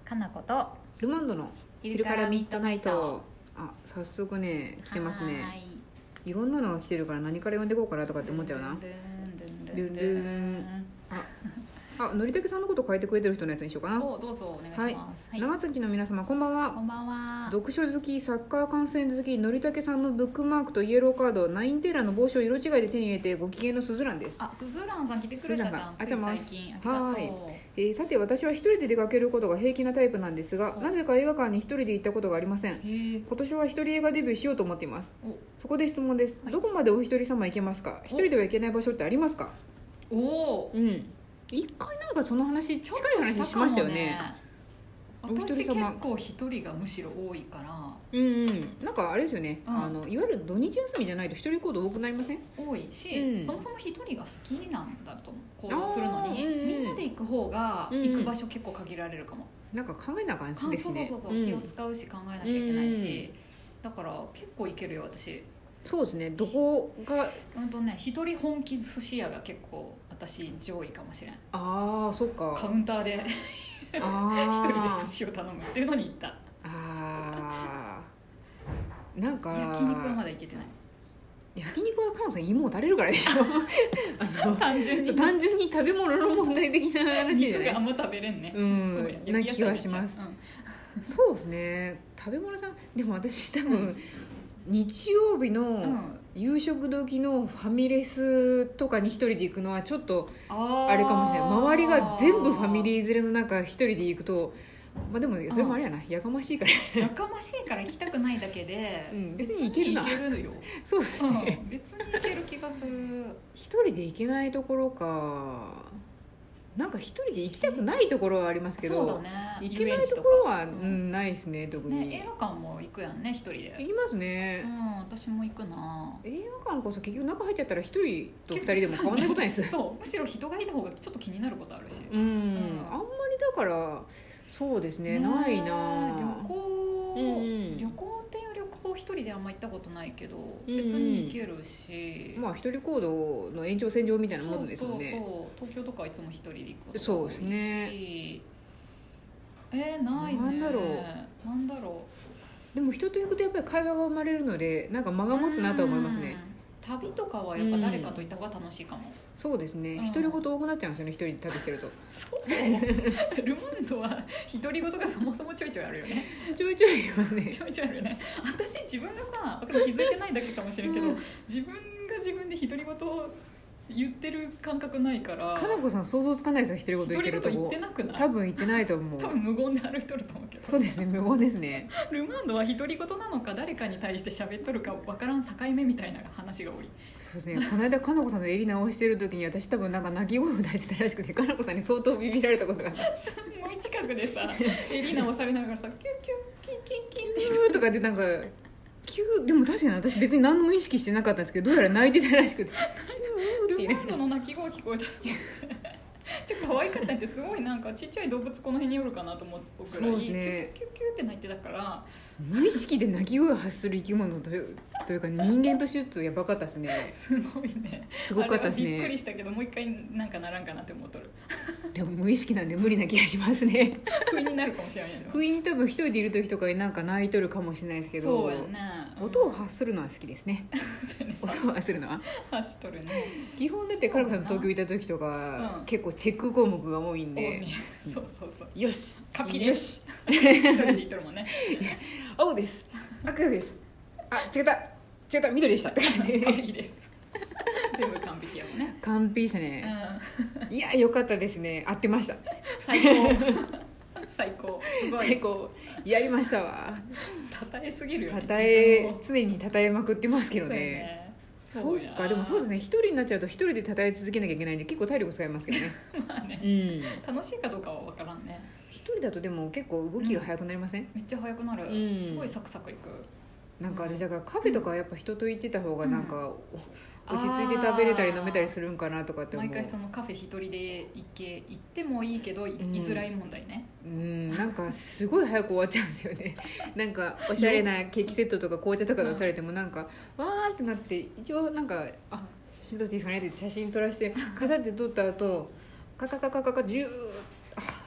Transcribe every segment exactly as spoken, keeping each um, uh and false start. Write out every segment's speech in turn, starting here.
かなことルマンドの昼からミッドナイト。 あ、早速ね来てますね。 はい、 いろんなのが来てるから何から読んでいこうかなとかって思っちゃうな。 ルンルンルンルンルン。 あ、のりたけさんのこと書いてくれてる人のやつにしようかな。 お、どうぞお願いします。 はい、長崎の皆様こんばんは。 こんばんは。 読書好き、サッカー観戦好き、のりたけさんのブックマークとイエローカード、ナインテーラーの帽子を色違いで手に入れてご機嫌のすずらんです。 あ、すずらんさん来てくれたじゃん。つい最近。 はい、えー、さて私は一人で出かけることが平気なタイプなんですが、なぜか映画館に一人で行ったことがありません。今年は一人映画デビューしようと思っています。そこで質問です、はい、どこまでお一人様行けますか？一人では行けない場所ってありますか？ おお、うん、 一回なんかその話近い話しましたよね。 私結構一人がむしろ多いから、 うんうん、なんかあれですよね、うん、あのいわゆる土日休みじゃないと一人行動多くなりません？ 多いし、うん、そもそも一人が好きなんだと行動するのに、うんうん、みんなで行く方が行く場所結構限られるかも、 うん、なんか考えなあかんですね。 そうそうそうそう、うん、気を使うし考えなきゃいけないし、うん、だから結構行けるよ私。 そうですね、どこがうんとね、一人本気寿司屋が結構私上位かもしれん。 ああ、そっか。 カウンターであ一人で寿司を頼むっていうのに行った。ああ、なんか焼肉はまだ行けてない。 焼肉はカノさん芋を垂れるからでしょあの単純に単純に食べ物の問題的な話じゃない。 肉があんま食べれんね、 うん、そうな気はします、うん、そうですね。食べ物さんでも私多分、うん、日曜日の夕食時のファミレスとかに一人で行くのはちょっとあれかもしれない。周りが全部ファミリー連れの中一人で行くと、まあでもそれもあれやな、うん、やかましいからやかましいから行きたくないだけで、うん、 別に行けるな。 別に行けるよそうですね、 うん、別に行ける気がする。 一人で行けないところか、なんか一人で行きたくないところはありますけど、 そうだね、 行けないところは、うん、ないですね。特に、 ね、映画館も行くやんね、一人で。 行きますね、 うん、私も行くな。 映画館こそ結局中入っちゃったら一人と二人でも変わんないことないです。 そうむしろ人がいた方がちょっと気になることあるし、 うん、うん、あんまりだからそうですね、ね、ないな。 旅行、うん、旅行っていう旅行一人であんま行ったことないけど、うん、別に行けるし、 まあ一人行動の延長線上みたいなものですもんね。 そうそうそう、東京とかいつも一人で行くことが多いし。 そうですね。 えー、ないね。 なんだろうなんだろう。でも人と行くとやっぱり会話が生まれるので、なんか間が持つなと思いますね。 旅とかはやっぱ誰かと行った方が楽しいかも、うん、 そうですね、うん、独り言多くなっちゃうんですよね、一人で旅してると。 そうルマンドは独り言がそもそもちょいちょいあるよね。 ちょいちょいありますね。 ちょいちょいあるよね。私自分がさ、気づいてないだけかもしれんけど、うん、自分が自分で独り言を言ってる感覚ないから。 かなこさん想像つかないですよ、独り言言ってるとこ。 言ってなくない？ 多分言ってないと思う。 多分無言で歩いとると思うけど。 そうですね、無言ですね。 ルマンドは独り言なのか誰かに対して喋っとるか分からん境目みたいな話が多い。 そうですね、この間かなこさんの襟直してる時に私多分なんか泣き声を出してたらしくて、かなこさんに相当ビビられたことがすごい近くでさ襟直されながらさキュンキュンキンキンキンキューとかでなんかキュー、でも確かに私別に何も意識してなかったんですけど、どうやら泣いてたらしくてルマンドの鳴き声聞こえた時ちょっと可愛かったって、すごいなんかちっちゃい動物この辺におるかなと思うくらい、 そうですね、 キュキュキュって鳴いてたから。 無意識で鳴き声を発する生き物というというか人間としてちょっとやばかったですね。 すごいね、 すごかったですね。 びっくりしたけどもう一回なんかならんかなって思っとる。 でも無意識なんで無理な気がしますね。 不意になるかもしれない。 不意に多分一人でいる時とかになんか泣いとるかもしれないですけど、 そうやね、うん、 音を発するのは好きですね。音を発するのは発しとるね。 基本だってカラコさんと東京行った時とか、うん、結構チェック項目が多いんで、 うん、そうそうそう、 よしカピよし一人で言っとるもんね。 青です赤です、あ違った違った緑でしたって感じ。 完璧です。全部完璧やもんね。 完璧でしたね、うん、いや良かったですね、合ってました。 最高最高、すごい最高、やりましたわ。 たたえすぎるよね。 たたえ、常にたたえまくってますけどね。 そうね、 そうか、でもそうですね、一人になっちゃうと一人でたたえ続けなきゃいけないんで結構体力使いますけどね。 まあね、うん、楽しいかどうかは分からんね。 一人だとでも結構動きが速くなりません？うん、 めっちゃ速くなる、うん、すごいサクサクいく。 なんか私だからカフェとかはやっぱ人と行ってた方がなんか、うん、落ち着いて食べれたり飲めたりするんかなとかって思う。 毎回そのカフェ一人で行け行ってもいいけど、うん、居づらい問題ね。 うん、なんかすごい早く終わっちゃうんですよね。なんかおしゃれなケーキセットとか紅茶とか出されてもなんか、うん、わーってなって、一応なんかあしんどいですかねって写真撮らせて飾って撮った後カカカカカカジュー、あ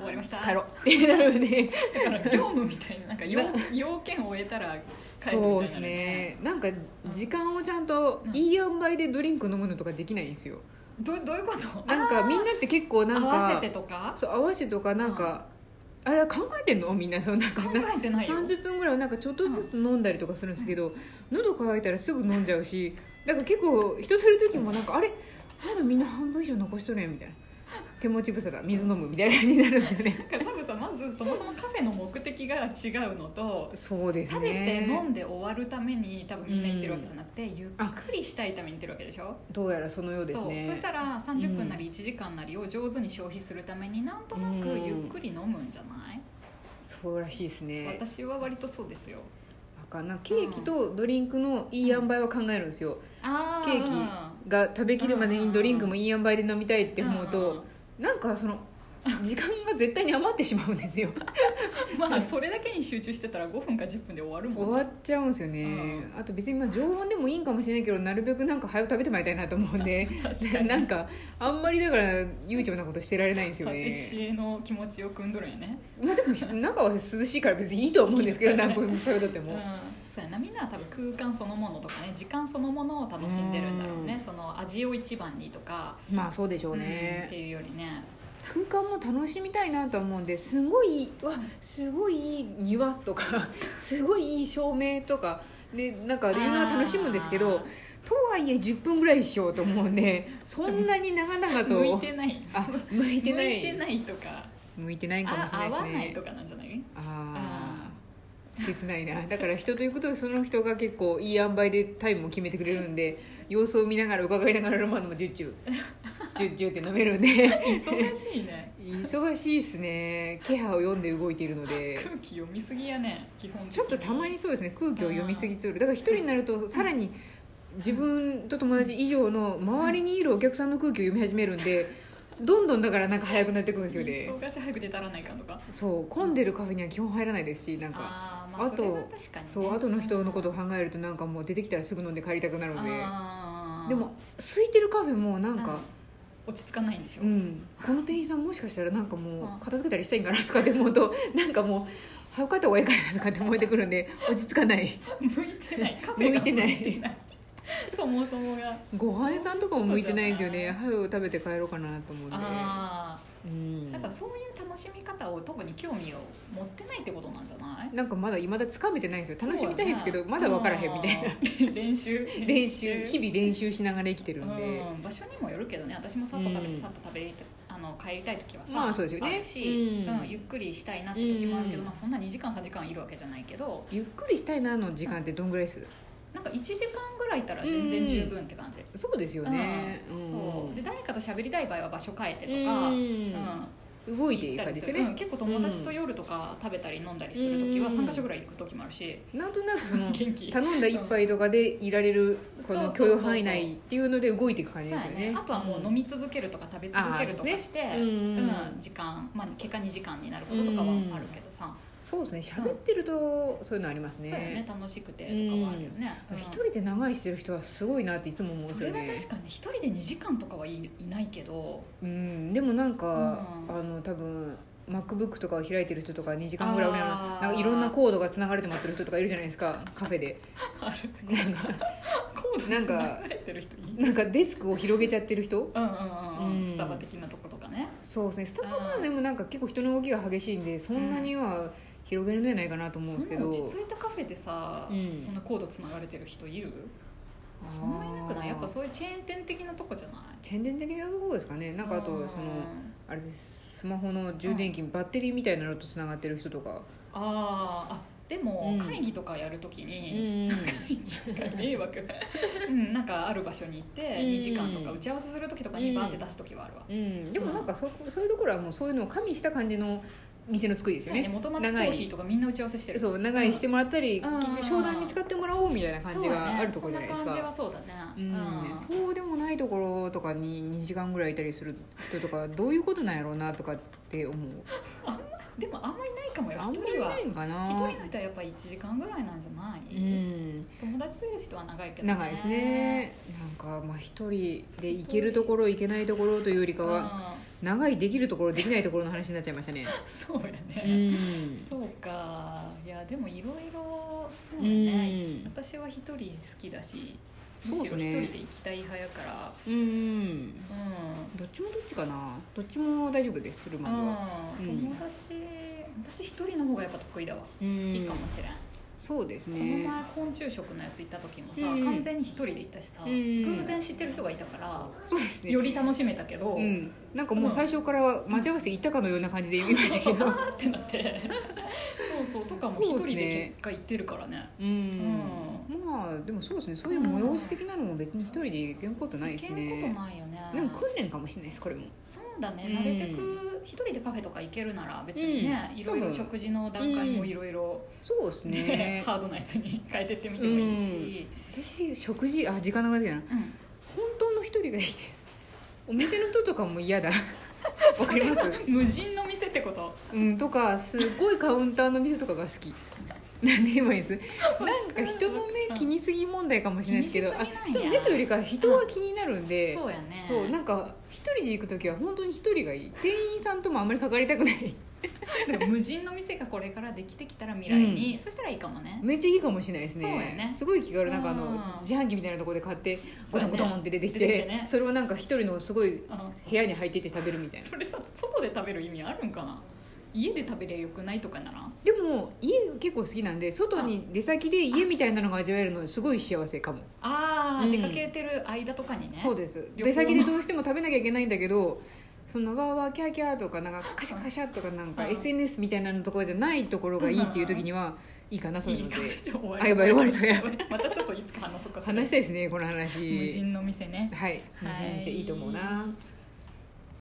終わりました帰ろうってなるねだから業務みたいな、なんか要要件を終えたら帰るみたいな、ね、 そうですね。なんか時間をちゃんといい塩梅でドリンク飲むのとかできないんですよ。 ど, どういうこと？ なんかみんなって結構なんか合わせてとか、 そう合わせてとかなんか、うん、あれは考えてんのみんな、そうなんか考えてないよ。 さんじゅっぷんぐらいはなんかちょっとずつ飲んだりとかするんですけど、うん、喉乾いたらすぐ飲んじゃうし、だから結構人といる時もなんかあれまだみんな半分以上残しとるやんみたいな、手持ち無沙汰水飲むみたいな感じになるんですよね。 だから多分さ、まずそもそもカフェの目的が違うのと、 そうですね、 食べて飲んで終わるために多分みんな行ってるわけじゃなくて、うん、ゆっくりしたいために行ってるわけでしょ。 どうやらそのようですね。 そう、そしたらさんじゅっぷんなりいちじかんなりを上手に消費するためになんとなくゆっくり飲むんじゃない？うん、 そうらしいですね。 私は割とそうですよ。 なケーキとドリンクのいい塩梅は考えるんですよ、うん、ケーキが食べきるまでにドリンクもいい塩梅で飲みたいって思うと、なんかその時間が絶対に余ってしまうんですよまあそれだけに集中してたらごふんかじゅっぷんで終わるもん。 終わっちゃうんですよね、うん、あと別にまあ常温でもいいんかもしれないけど、なるべくなんか早く食べてもらいたいなと思うんでなんかあんまりだから悠長なことしてられないんですよね。 パティシエの気持ちを汲んどるんやね。 まあでも中は涼しいから別にいいと思うんですけど何分食べとっても、うん、 そうやな、みんなは多分空間そのものとかね、時間そのものを楽しんでるんだろうね、うん、その味を一番にとか、 まあそうでしょうね、 うん、っていうよりね、 空間も楽しみたいなと思うんで、すごいわすごいいい庭とかすごいいい照明とかでなんかいうのは楽しむんですけど、とはいえじゅっぷんぐらいしようと思うんで、そんなに長々と向いてない、 あ向いてない向いてないとか向いてないかもしれないですね。 合わないとかなんじゃない？ ああ切ないな。だから人ということでその人が結構いい塩梅でタイムを決めてくれるんで、様子を見ながら伺いながらロマンもジュッチュジュッジュって飲めるんで忙しいね。 忙しいですね。気配を読んで動いているので。 空気読みすぎやね、基本的に。 ちょっとたまにそうですね、空気を読みすぎする。だから一人になるとさらに自分と友達以上の周りにいるお客さんの空気を読み始めるんで、どんどんだからなんか早くなってくるんですよね。 忙し早く出たらないかとか。 そう混んでるカフェには基本入らないですし、なんかあ、まあ、それは確かに、ね、 あとそう後の人のことを考えるとなんかもう出てきたらすぐ飲んで帰りたくなるので。でも空いてるカフェもなんか、 うん、落ち着かないんでしょ、 うん、この店員さんもしかしたらなんかもう片付けたりしたいんかなとかって思うとなんかもう早く帰った方がいいかなとかって思えてくるんで落ち着かない。 向いてない、カフェが向いてないそもそもがご飯屋さんとかも向いてないんですよね。早く食べて帰ろうかなと思うんで。 あ、うん、だからそういう楽しみ方を特に興味を持ってないってことなんじゃない？ なんかまだ未だつかめてないんですよ。楽しみたいですけど、ね、まだ分からへんみたいな練習練習日々練習しながら生きてるんで、 うん、場所にもよるけどね。私もさっと食べてさっと食べて、あの帰りたい時はさ、 まあそうですよね、 あるし、 うんうん、ゆっくりしたいなって時もあるけど、まあ、そんなにじかんさんじかんいるわけじゃないけど、 ゆっくりしたいなの時間ってどんぐらいです？ なんかいちじかんぐらいいたら全然十分って感じ、うん、 そうですよね、 うん、そうで誰かと喋りたい場合は場所変えてとか、 うんうん、 動いていい感じですよね、 うん、結構友達と夜とか食べたり飲んだりする時はさんかしょぐらい行く時もあるし、 なんとなくその頼んだ一杯とかでいられるこの許容範囲内っていうので動いていく感じですよね。 あとはもう飲み続けるとか食べ続けるとかして、うんうん、時間、まあ、結果にじかんになることとかはあるけどさ、 そうですね、喋ってるとそういうのありますね、 そうよね、楽しくてとかはあるよね、 うん、一人で長いしてる人はすごいなっていつも思うんですよね。 それは確かに一人でにじかんとかはいいないけど、 うん、でもなんか、うん、あの多分MacBook とかを開いてる人とかにじかんぐらいなんかいろんなコードがつながれて待ってる人とかいるじゃないですか、カフェであるなんかコードつながれてる人いい、 なんかデスクを広げちゃってる人、 うんうんうんうん、スタバ的なとことかね。 そうですね、スタバはでもなんか結構人の動きが激しいんでそんなには広げるのではないかなと思うんですけど、 そんな落ち着いたカフェでさ、うん、そんなコードつながれてる人いる？そんないなくない？やっぱそういうチェーン店的なとこじゃない？ チェーン店的なところですかね。なんかあとそのあれです、スマホの充電器、うん、バッテリーみたいなのとつながってる人とか。 ああ、でも、うん、会議とかやるときに、うん、迷惑、うん、なんかある場所に行ってにじかんとか打ち合わせするときとかにバーって出すときはあるわ、 うんうん、でもなんか そ, そういうところはもうそういうのを加味した感じの店の作りですよね。 元町コーヒーとかみんな打ち合わせしてる。 そう長いしてもらったり、うん、商談に使ってもらおうみたいな感じがあるところじゃないですか。 そうだね、そんな感じはそうだね、 うんうん、そうでもないところとかににじかんぐらいいたりする人とかどういうことなんやろうなとかって思う。 あでもあんまりないかもよ。 あんまりないんかな。 一人の人はやっぱりいちじかんぐらいなんじゃない、うん、友達といる人は長いけどね。 長いですね。なんかまあ一人で行けるところ行けないところというよりかは、 長いできるところできないところの話になっちゃいましたね。 そうやうね、 んそうか。いやでもいろいろそうやね、 うん私は一人好きだし、 そうですねむしろ一人で行きたい派やからうんうんうんどっちもどっちかな。どっちも大丈夫です車では。 うん、 うん友達私一人の方がやっぱ得意だわ、 うん好きかもしれん。 そうですこのね。 前昆虫食のやつ行った時もさ、 うん完全に一人で行ったしさ、 うん偶然知ってる人がいたからそうですね。 より楽しめたけど、 うん、なんかもう最初から待ち合わせ行ったかのような感じで言いましたけど、 あーってなってそうそうとかも一人で結果行ってるからね。 うんまあでもそうですね、そういう催し的なのも別に一人で行けんことないです行けんことね。 ないよね。 でも訓練かもしれないですこれも。 そうだね、 うん慣れてく一人でカフェとか行けるなら別にね、 うんいろいろ食事の段階もいろいろそうですね。 ハードなやつに変えてってみてもいいし、 私食事あ時間長いな。 うん本当の一人がいいです。お店の人とかも嫌だ。わかります？ 無人の店ってこと？ うんとかすごいカウンターの店とかが好き。なんで言えばいいですなんか人の目気にすぎ問題かもしれないですけど、あ気にしすぎなんや人の目というよりか人が気になるんで、 そうやね。 そうなんか一人で行く時は本当に一人がいい。店員さんともあんまり関わりたくないでも無人の店がこれからできてきたら未来に、うん、そしたらいいかもね。 めっちゃいいかもしれないですね。 そうやね、 すごい気軽。なんかあの、 うん、 自販機みたいなところで買ってゴトンゴトンって出てきて、 出てきてね、 それをなんか一人のすごい部屋に入っていって食べるみたいな。 それさ外で食べる意味あるんかな。家で食べりゃよくないとかなら。 でも家結構好きなんで、外に出先で家みたいなのが味わえるのすごい幸せかも。 ああ、 うん、 出かけてる間とかにね。 そうです。出先でどうしても食べなきゃいけないんだけど、そのわーわーキャーキャーとかなんかカシャカシャとかなんか エスエヌエス みたいなのところじゃないところがいいっていう時にはいいかな、そういうので。あ、やばい終わりそうや。 またちょっといつか話そうか。 話したいですねこの話。 無人の店ね。 はい、無人の店いいと思うな。